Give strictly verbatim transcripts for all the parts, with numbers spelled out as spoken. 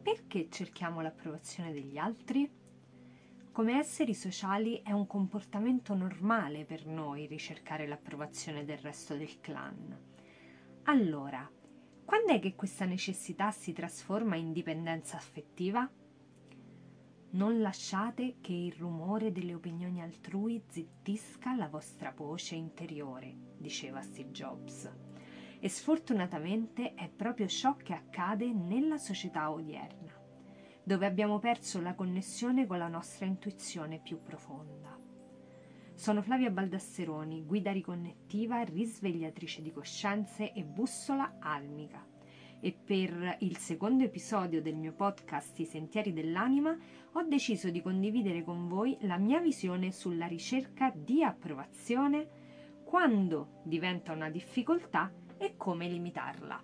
perché cerchiamo l'approvazione degli altri? Come esseri sociali è un comportamento normale per noi ricercare l'approvazione del resto del clan. Allora, quando è che questa necessità si trasforma in dipendenza affettiva? Non lasciate che il rumore delle opinioni altrui zittisca la vostra voce interiore, diceva Steve Jobs. E sfortunatamente è proprio ciò che accade nella società odierna, dove abbiamo perso la connessione con la nostra intuizione più profonda. Sono Flavia Baldasseroni, guida riconnettiva, risvegliatrice di coscienze e bussola almica. E per il secondo episodio del mio podcast I Sentieri dell'Anima ho deciso di condividere con voi la mia visione sulla ricerca di approvazione, quando diventa una difficoltà e come limitarla.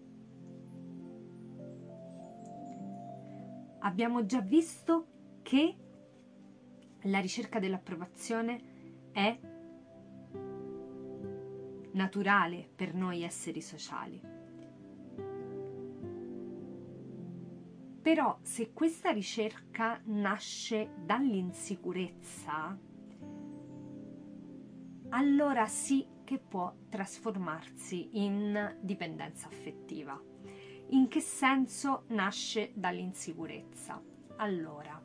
Abbiamo già visto che la ricerca dell'approvazione è naturale per noi esseri sociali. Però se questa ricerca nasce dall'insicurezza, allora sì che può trasformarsi in dipendenza affettiva. In che senso nasce dall'insicurezza? Allora,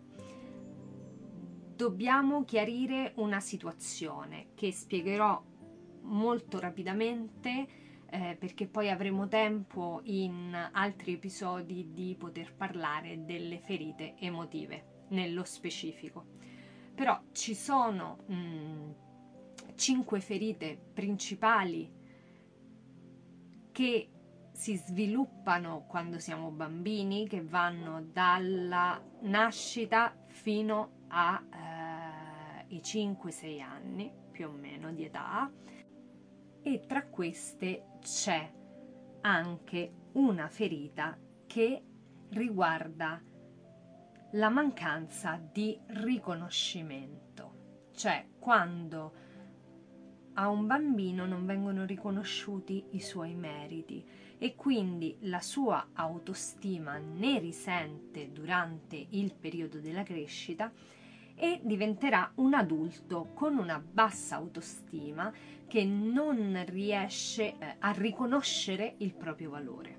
dobbiamo chiarire una situazione che spiegherò molto rapidamente, eh, perché poi avremo tempo in altri episodi di poter parlare delle ferite emotive nello specifico. Però ci sono mh, cinque ferite principali che si sviluppano quando siamo bambini, che vanno dalla nascita fino ai eh, cinque sei anni più o meno di età, e tra queste c'è anche una ferita che riguarda la mancanza di riconoscimento, cioè quando a un bambino non vengono riconosciuti i suoi meriti e quindi la sua autostima ne risente durante il periodo della crescita e diventerà un adulto con una bassa autostima che non riesce eh, a riconoscere il proprio valore.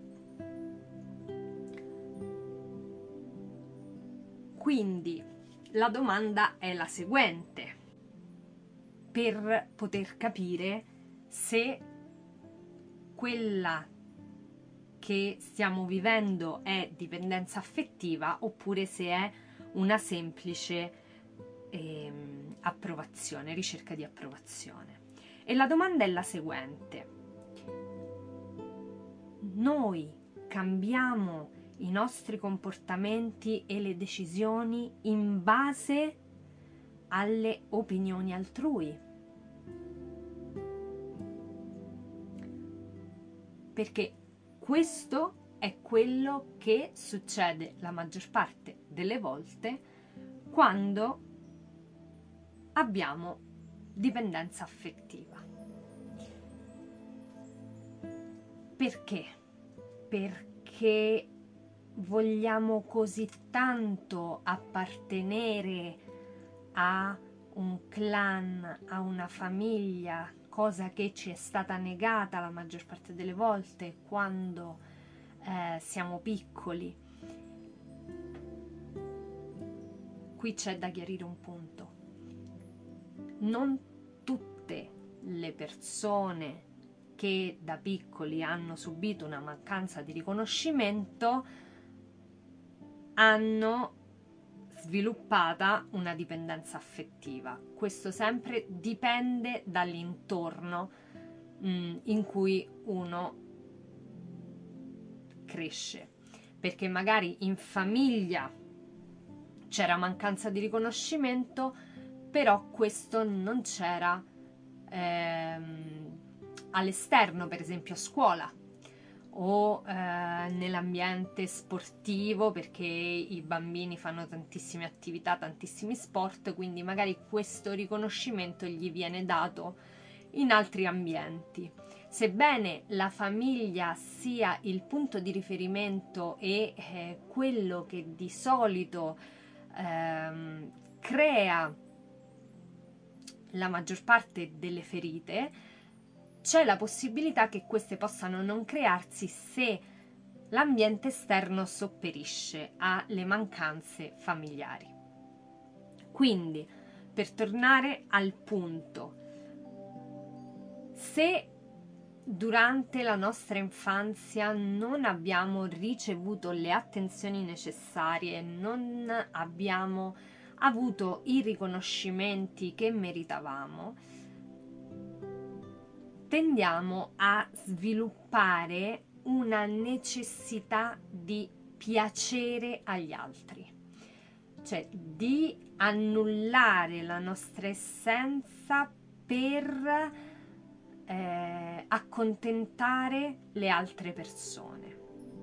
Quindi la domanda è la seguente, per poter capire se quella che stiamo vivendo è dipendenza affettiva oppure se è una semplice ehm, approvazione, ricerca di approvazione. E la domanda è la seguente: noi cambiamo i nostri comportamenti e le decisioni in base alle opinioni altrui? Perché questo è quello che succede la maggior parte delle volte quando abbiamo dipendenza affettiva. Perché? Perché vogliamo così tanto appartenere a un clan, a una famiglia, cosa che ci è stata negata la maggior parte delle volte quando eh, siamo piccoli. Qui c'è da chiarire un punto. Non tutte le persone che da piccoli hanno subito una mancanza di riconoscimento hanno sviluppata una dipendenza affettiva. Questo sempre dipende dall'intorno mh, in cui uno cresce, perché magari in famiglia c'era mancanza di riconoscimento, però questo non c'era ehm, all'esterno, per esempio a scuola o eh, nell'ambiente sportivo, perché i bambini fanno tantissime attività, tantissimi sport, quindi magari questo riconoscimento gli viene dato in altri ambienti. Sebbene la famiglia sia il punto di riferimento e eh, quello che di solito ehm, crea la maggior parte delle ferite, c'è la possibilità che queste possano non crearsi se l'ambiente esterno sopperisce alle mancanze familiari. Quindi, per tornare al punto, se durante la nostra infanzia non abbiamo ricevuto le attenzioni necessarie, non abbiamo avuto i riconoscimenti che meritavamo, tendiamo a sviluppare una necessità di piacere agli altri, cioè di annullare la nostra essenza per eh, accontentare le altre persone.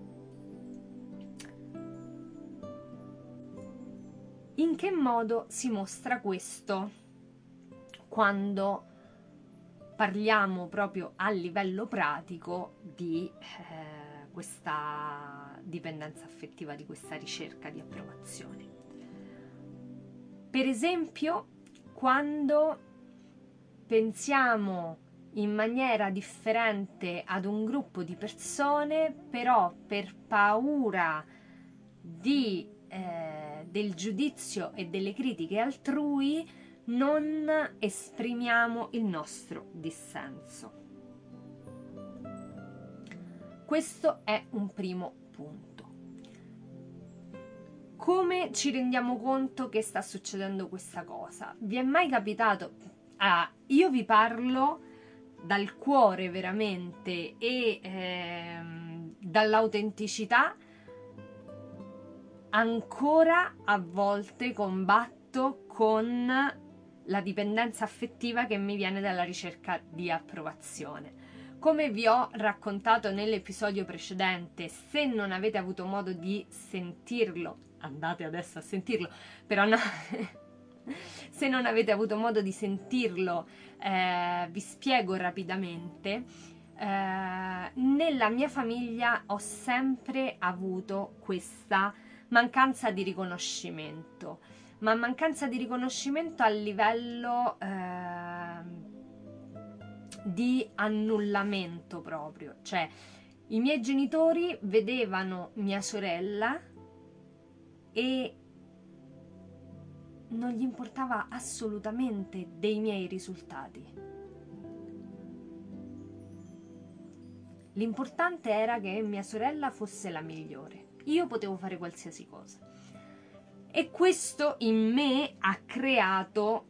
In che modo si mostra questo quando parliamo proprio a livello pratico di eh, questa dipendenza affettiva, di questa ricerca di approvazione? Per esempio, quando pensiamo in maniera differente ad un gruppo di persone, però per paura di, eh, del giudizio e delle critiche altrui non esprimiamo il nostro dissenso. Questo è un primo punto. Come ci rendiamo conto che sta succedendo questa cosa? Vi è mai capitato? Ah, io vi parlo dal cuore veramente e ehm, dall'autenticità. Ancora a volte combatto con la dipendenza affettiva che mi viene dalla ricerca di approvazione. Come vi ho raccontato nell'episodio precedente, se non avete avuto modo di sentirlo, andate adesso a sentirlo, però no, se non avete avuto modo di sentirlo, eh, vi spiego rapidamente. Eh, nella mia famiglia ho sempre avuto questa mancanza di riconoscimento, ma mancanza di riconoscimento a livello eh, di annullamento proprio, cioè i miei genitori vedevano mia sorella e non gli importava assolutamente dei miei risultati. L'importante era che mia sorella fosse la migliore. Io potevo fare qualsiasi cosa. E questo in me ha creato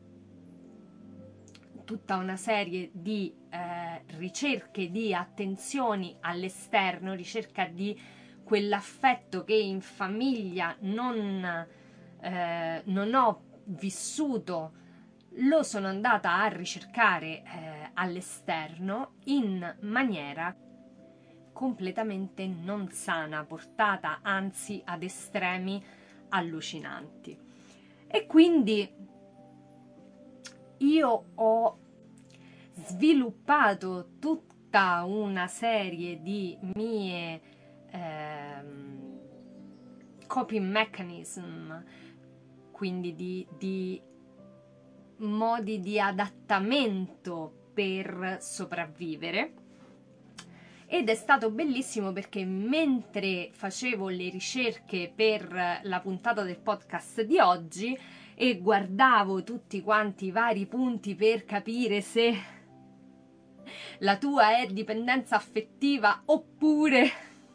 tutta una serie di eh, ricerche di attenzioni all'esterno, ricerca di quell'affetto che in famiglia non, eh, non ho vissuto, lo sono andata a ricercare eh, all'esterno in maniera completamente non sana, portata anzi ad estremi allucinanti. E quindi io ho sviluppato tutta una serie di mie ehm, coping mechanism, quindi di, di modi di adattamento per sopravvivere. Ed è stato bellissimo perché mentre facevo le ricerche per la puntata del podcast di oggi e guardavo tutti quanti i vari punti per capire se la tua è dipendenza affettiva oppure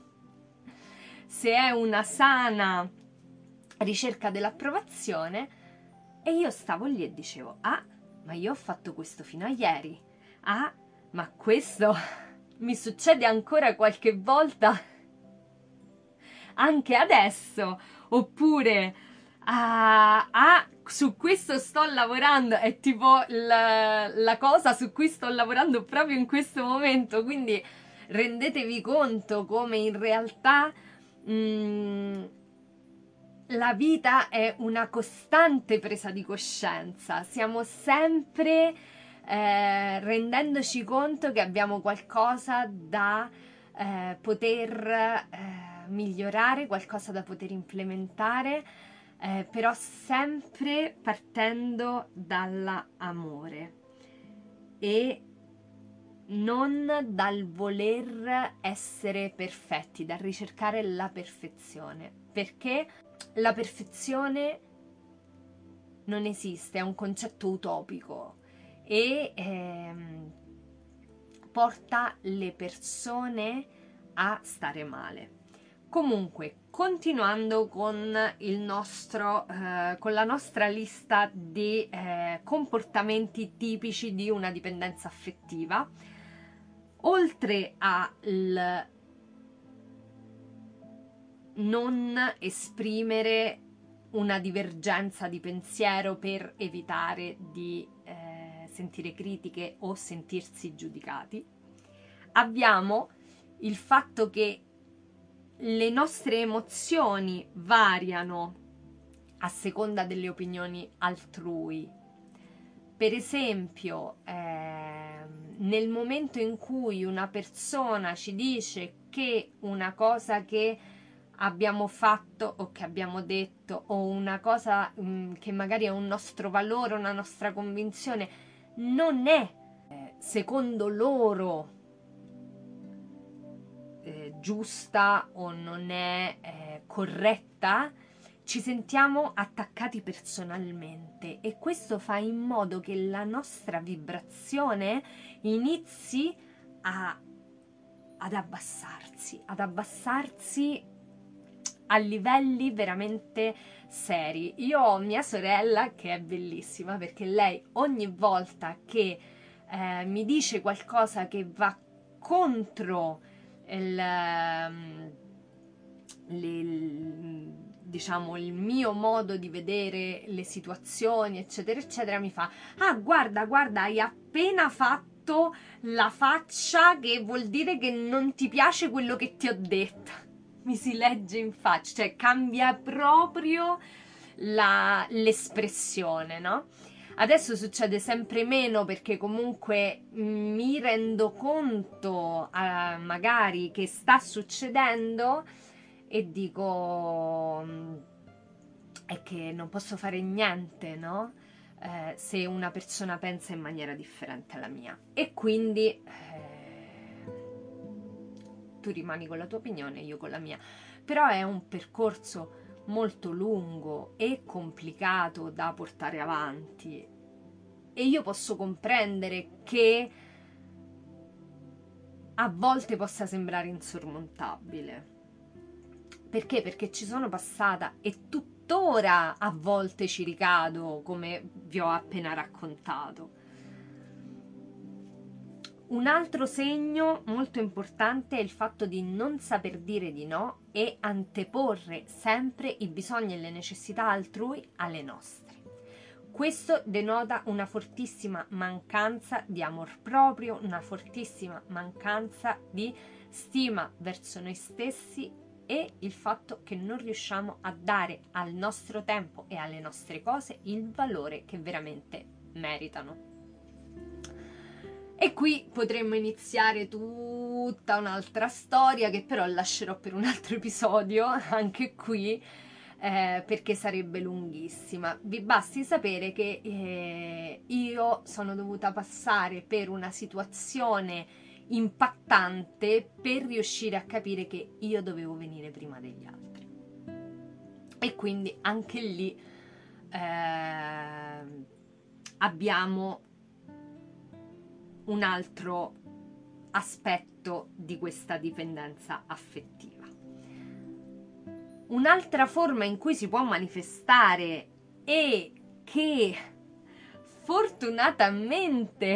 se è una sana ricerca dell'approvazione, e io stavo lì e dicevo: ah, ma io ho fatto questo fino a ieri, ah, ma questo mi succede ancora qualche volta anche adesso, oppure ah, ah, su questo sto lavorando, è tipo la, la cosa su cui sto lavorando proprio in questo momento. Quindi rendetevi conto come in realtà mh, la vita è una costante presa di coscienza, siamo sempre eh, rendendoci conto che abbiamo qualcosa da eh, poter eh, migliorare, qualcosa da poter implementare, eh, però sempre partendo dall'amore e non dal voler essere perfetti, dal ricercare la perfezione, perché la perfezione non esiste, è un concetto utopico e ehm, porta le persone a stare male. Comunque, continuando con il nostro, eh, con la nostra lista di eh, comportamenti tipici di una dipendenza affettiva, oltre al non esprimere una divergenza di pensiero per evitare di eh, sentire critiche o sentirsi giudicati, abbiamo il fatto che le nostre emozioni variano a seconda delle opinioni altrui. Per esempio, eh, nel momento in cui una persona ci dice che una cosa che abbiamo fatto o che abbiamo detto o una cosa mh, che magari è un nostro valore, una nostra convinzione, non è eh, secondo loro eh, giusta o non è eh, corretta, ci sentiamo attaccati personalmente e questo fa in modo che la nostra vibrazione inizi a, ad abbassarsi, ad abbassarsi a livelli veramente seri. Io ho mia sorella che è bellissima perché lei ogni volta che eh, mi dice qualcosa che va contro il, il, diciamo, il mio modo di vedere le situazioni, eccetera, eccetera, mi fa: ah, guarda, guarda, hai appena fatto la faccia che vuol dire che non ti piace quello che ti ho detto. Mi si legge in faccia, cioè cambia proprio la, l'espressione, no? Adesso succede sempre meno perché comunque mi rendo conto eh, magari che sta succedendo e dico è che non posso fare niente, no? Eh, se una persona pensa in maniera differente alla mia. E quindi eh, tu rimani con la tua opinione, io con la mia. Però è un percorso molto lungo e complicato da portare avanti e io posso comprendere che a volte possa sembrare insormontabile. Perché? Perché ci sono passata e tuttora a volte ci ricado, come vi ho appena raccontato. Un altro segno molto importante è il fatto di non saper dire di no e anteporre sempre i bisogni e le necessità altrui alle nostre. Questo denota una fortissima mancanza di amor proprio, una fortissima mancanza di stima verso noi stessi e il fatto che non riusciamo a dare al nostro tempo e alle nostre cose il valore che veramente meritano. E qui potremmo iniziare tutta un'altra storia che però lascerò per un altro episodio, anche qui, eh, perché sarebbe lunghissima. Vi basti sapere che eh, io sono dovuta passare per una situazione impattante per riuscire a capire che io dovevo venire prima degli altri. E quindi anche lì eh, abbiamo un altro aspetto di questa dipendenza affettiva. Un'altra forma in cui si può manifestare e che fortunatamente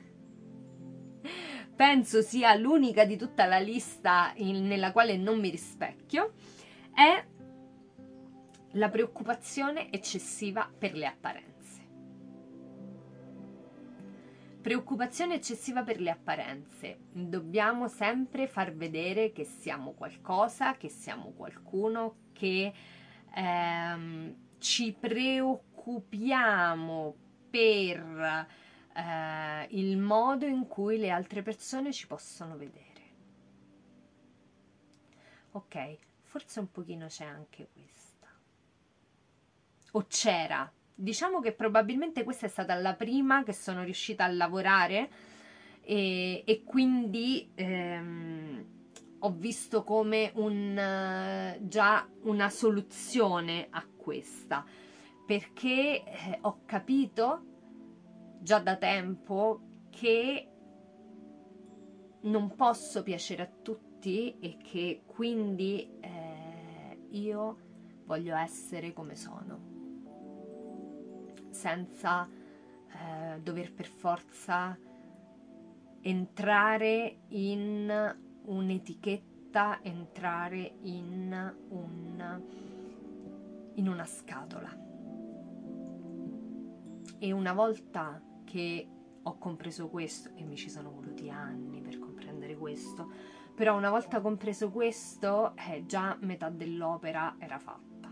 penso sia l'unica di tutta la lista in, nella quale non mi rispecchio è la preoccupazione eccessiva per le apparenze. Preoccupazione eccessiva per le apparenze. Dobbiamo sempre far vedere che siamo qualcosa, che siamo qualcuno, che ehm, ci preoccupiamo per eh, il modo in cui le altre persone ci possono vedere. Ok, forse un pochino c'è anche questa. O c'era. Diciamo che probabilmente questa è stata la prima che sono riuscita a lavorare e, e quindi ehm, ho visto come un, già una soluzione a questa, perché eh, ho capito già da tempo che non posso piacere a tutti e che quindi eh, io voglio essere come sono, senza eh, dover per forza entrare in un'etichetta, entrare in, un, in una scatola. E una volta che ho compreso questo, e mi ci sono voluti anni per comprendere questo, però una volta compreso questo, eh, già metà dell'opera era fatta.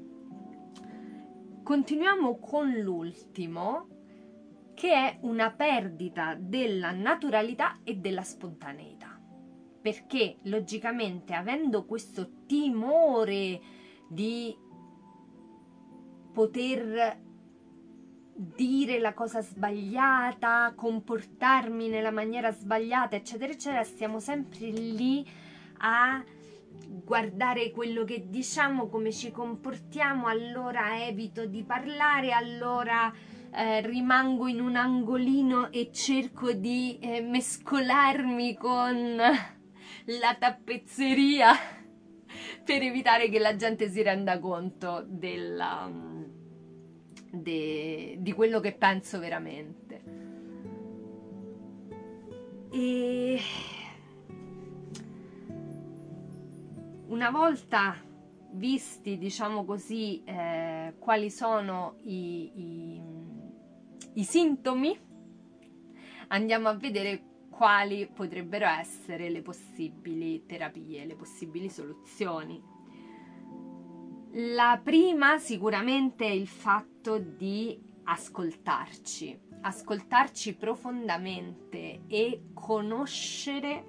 Continuiamo con l'ultimo, che è una perdita della naturalità e della spontaneità, perché logicamente, avendo questo timore di poter dire la cosa sbagliata, comportarmi nella maniera sbagliata, eccetera eccetera, stiamo sempre lì a guardare quello che diciamo, come ci comportiamo, allora evito di parlare, allora eh, rimango in un angolino e cerco di eh, mescolarmi con la tappezzeria per evitare che la gente si renda conto della, de, di quello che penso veramente. E una volta visti, diciamo così, eh, quali sono i, i, i sintomi, andiamo a vedere quali potrebbero essere le possibili terapie, le possibili soluzioni. La prima sicuramente è il fatto di ascoltarci, ascoltarci profondamente e conoscere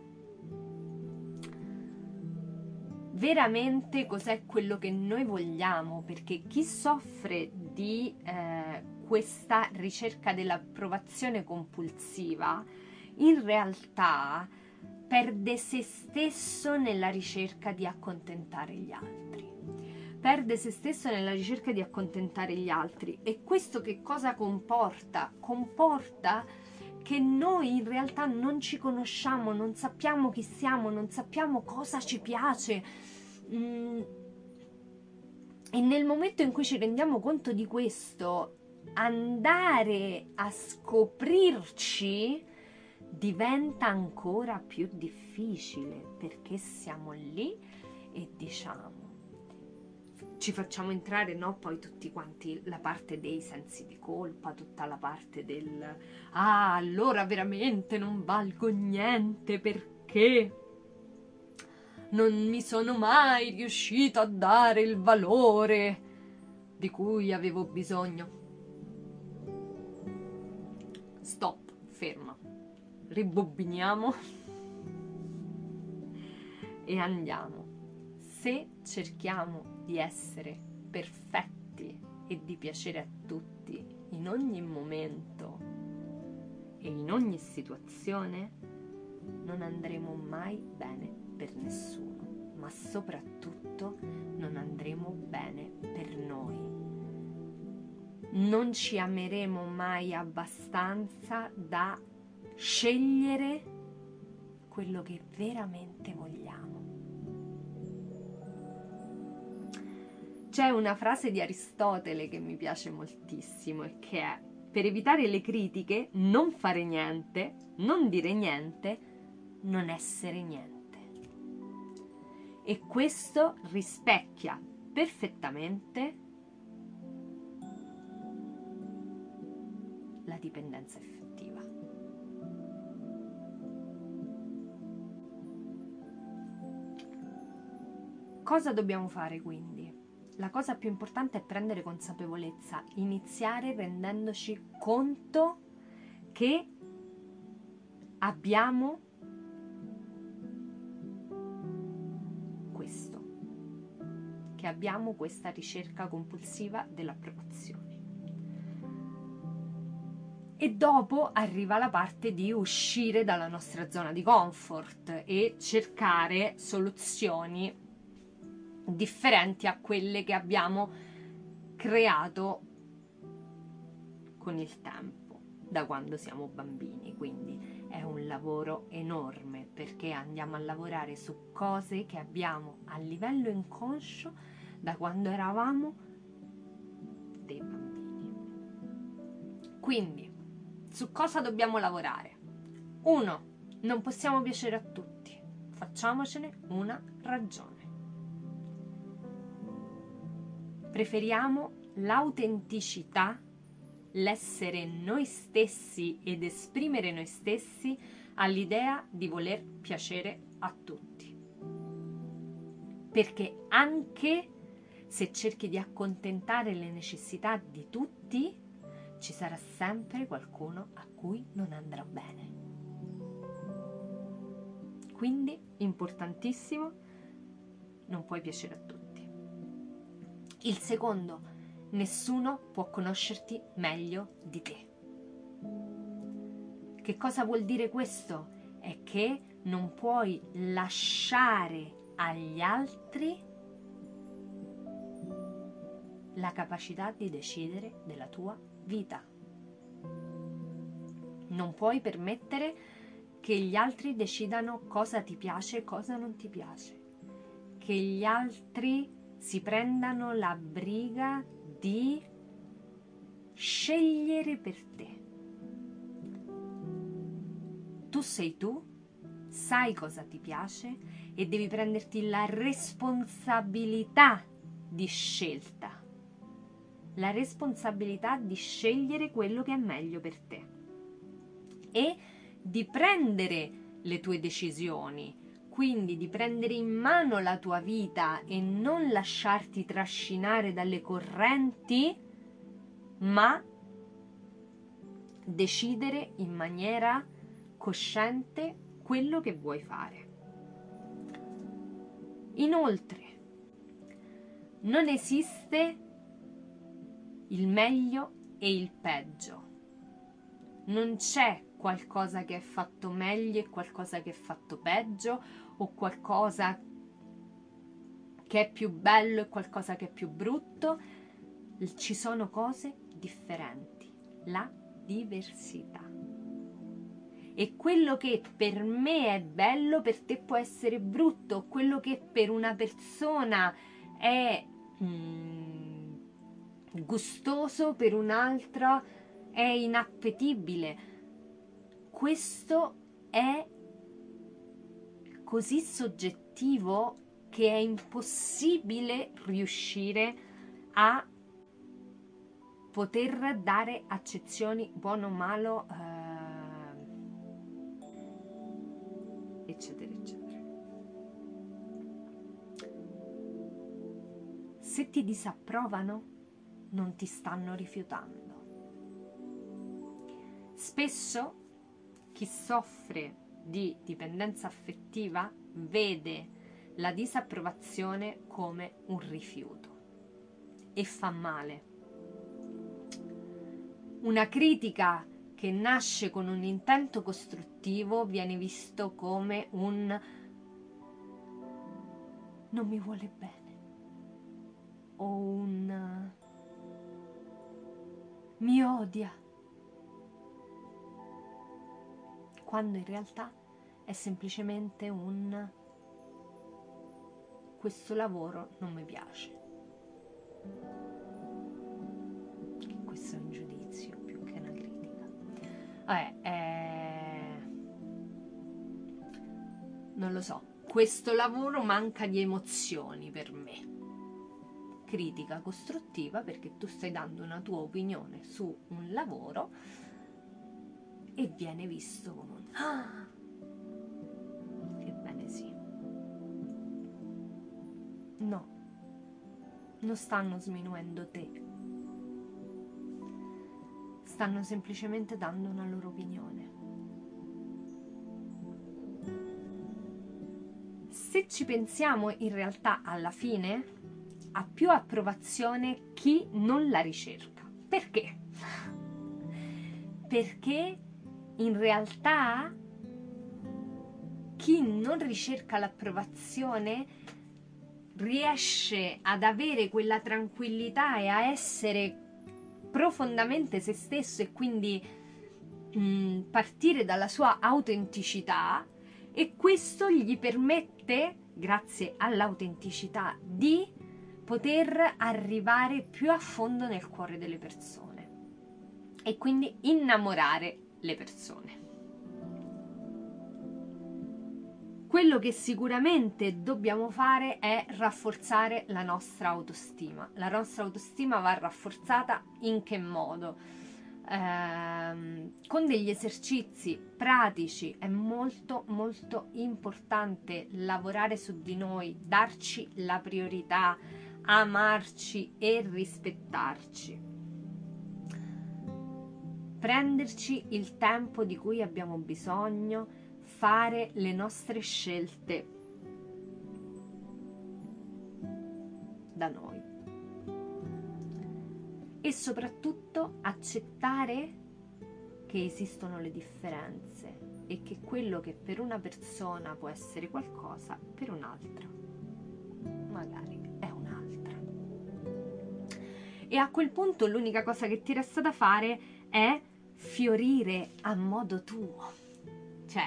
veramente cos'è quello che noi vogliamo, perché chi soffre di eh, questa ricerca dell'approvazione compulsiva in realtà perde se stesso nella ricerca di accontentare gli altri. Perde se stesso nella ricerca di accontentare gli altri. E questo che cosa comporta? Comporta che noi in realtà non ci conosciamo, non sappiamo chi siamo, non sappiamo cosa ci piace. Mm. E nel momento in cui ci rendiamo conto di questo, andare a scoprirci diventa ancora più difficile, perché siamo lì e diciamo, ci facciamo entrare, no, poi tutti quanti la parte dei sensi di colpa, tutta la parte del ah, allora veramente non valgo niente perché non mi sono mai riuscito a dare il valore di cui avevo bisogno. Stop, ferma, ribobbiniamo e andiamo. Se cerchiamo di essere perfetti e di piacere a tutti in ogni momento e in ogni situazione, non andremo mai bene per nessuno, ma soprattutto non andremo bene per noi. Non ci ameremo mai abbastanza da scegliere quello che veramente vogliamo. C'è una frase di Aristotele che mi piace moltissimo e che è: per evitare le critiche, non fare niente, non dire niente, non essere niente. E questo rispecchia perfettamente la dipendenza effettiva. Cosa dobbiamo fare quindi? La cosa più importante è prendere consapevolezza, iniziare rendendoci conto che abbiamo questo, che abbiamo questa ricerca compulsiva dell'approvazione. E dopo arriva la parte di uscire dalla nostra zona di comfort e cercare soluzioni differenti a quelle che abbiamo creato con il tempo, da quando siamo bambini. Quindi è un lavoro enorme, perché andiamo a lavorare su cose che abbiamo a livello inconscio da quando eravamo dei bambini. Quindi, su cosa dobbiamo lavorare? Uno, non possiamo piacere a tutti. Facciamocene una ragione. Preferiamo l'autenticità, l'essere noi stessi ed esprimere noi stessi all'idea di voler piacere a tutti. Perché anche se cerchi di accontentare le necessità di tutti, ci sarà sempre qualcuno a cui non andrà bene. Quindi, importantissimo, non puoi piacere a tutti. Il secondo, nessuno può conoscerti meglio di te. Che cosa vuol dire questo? È che non puoi lasciare agli altri la capacità di decidere della tua vita. Non puoi permettere che gli altri decidano cosa ti piace e cosa non ti piace. Che gli altri si prendano la briga di scegliere per te. Tu sei tu, sai cosa ti piace e devi prenderti la responsabilità di scelta. La responsabilità di scegliere quello che è meglio per te e di prendere le tue decisioni, quindi di prendere in mano la tua vita e non lasciarti trascinare dalle correnti, ma decidere in maniera cosciente quello che vuoi fare. Inoltre, non esiste il meglio e il peggio. Non c'è qualcosa che è fatto meglio e qualcosa che è fatto peggio, o qualcosa che è più bello e qualcosa che è più brutto. Ci sono cose differenti, la diversità. E quello che per me è bello per te può essere brutto, quello che per una persona è mm, gustoso per un'altra è inappetibile. Questo è così soggettivo che è impossibile riuscire a poter dare accezioni buono o malo, eh, eccetera eccetera. Se ti disapprovano, non ti stanno rifiutando. Spesso chi soffre di dipendenza affettiva vede la disapprovazione come un rifiuto e fa male. Una critica che nasce con un intento costruttivo viene visto come un non mi vuole bene o un mi odia, quando in realtà è semplicemente un questo lavoro non mi piace. Questo è un giudizio più che una critica. Vabbè, eh... non lo so, questo lavoro manca di emozioni per me. Critica costruttiva perché tu stai dando una tua opinione su un lavoro e viene visto come un ah, ebbene sì. No, non stanno sminuendo te, stanno semplicemente dando una loro opinione. Se ci pensiamo, in realtà alla fine ha più approvazione chi non la ricerca. Perché? Perché in realtà chi non ricerca l'approvazione riesce ad avere quella tranquillità e a essere profondamente se stesso e quindi mh, partire dalla sua autenticità, e questo gli permette, grazie all'autenticità, di poter arrivare più a fondo nel cuore delle persone e quindi innamorare le persone. Quello che sicuramente dobbiamo fare è rafforzare la nostra autostima. La nostra autostima va rafforzata in che modo? Ehm, con degli esercizi pratici. È molto molto importante lavorare su di noi, darci la priorità, amarci e rispettarci, prenderci il tempo di cui abbiamo bisogno, fare le nostre scelte da noi e soprattutto accettare che esistono le differenze e che quello che per una persona può essere qualcosa, per un'altra magari è un'altra. E a quel punto l'unica cosa che ti resta da fare è fiorire a modo tuo, cioè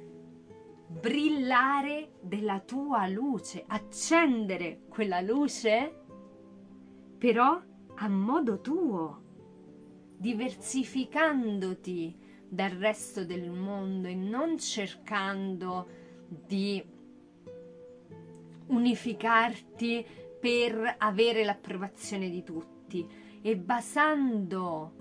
brillare della tua luce, accendere quella luce, però a modo tuo, diversificandoti dal resto del mondo e non cercando di unificarti per avere l'approvazione di tutti, e basando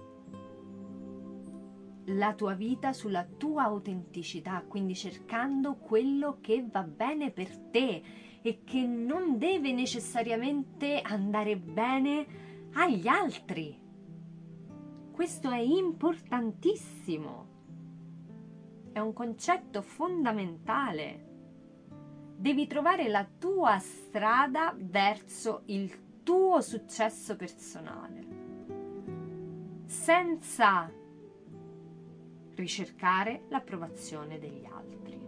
la tua vita sulla tua autenticità, quindi cercando quello che va bene per te e che non deve necessariamente andare bene agli altri. Questo è importantissimo, è un concetto fondamentale. Devi trovare la tua strada verso il tuo successo personale, senza ricercare l'approvazione degli altri.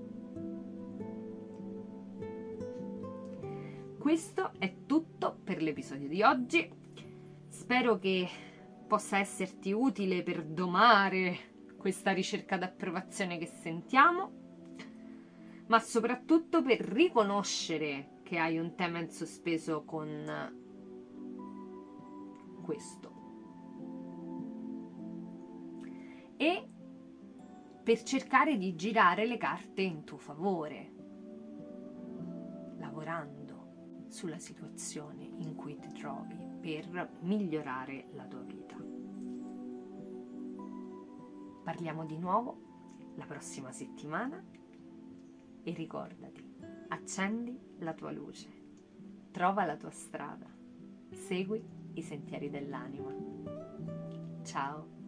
Questo è tutto per l'episodio di oggi. Spero che possa esserti utile per domare questa ricerca d'approvazione che sentiamo, ma soprattutto per riconoscere che hai un tema in sospeso con questo e per cercare di girare le carte in tuo favore, lavorando sulla situazione in cui ti trovi per migliorare la tua vita. Parliamo di nuovo la prossima settimana e ricordati, accendi la tua luce, trova la tua strada, segui i sentieri dell'anima. Ciao!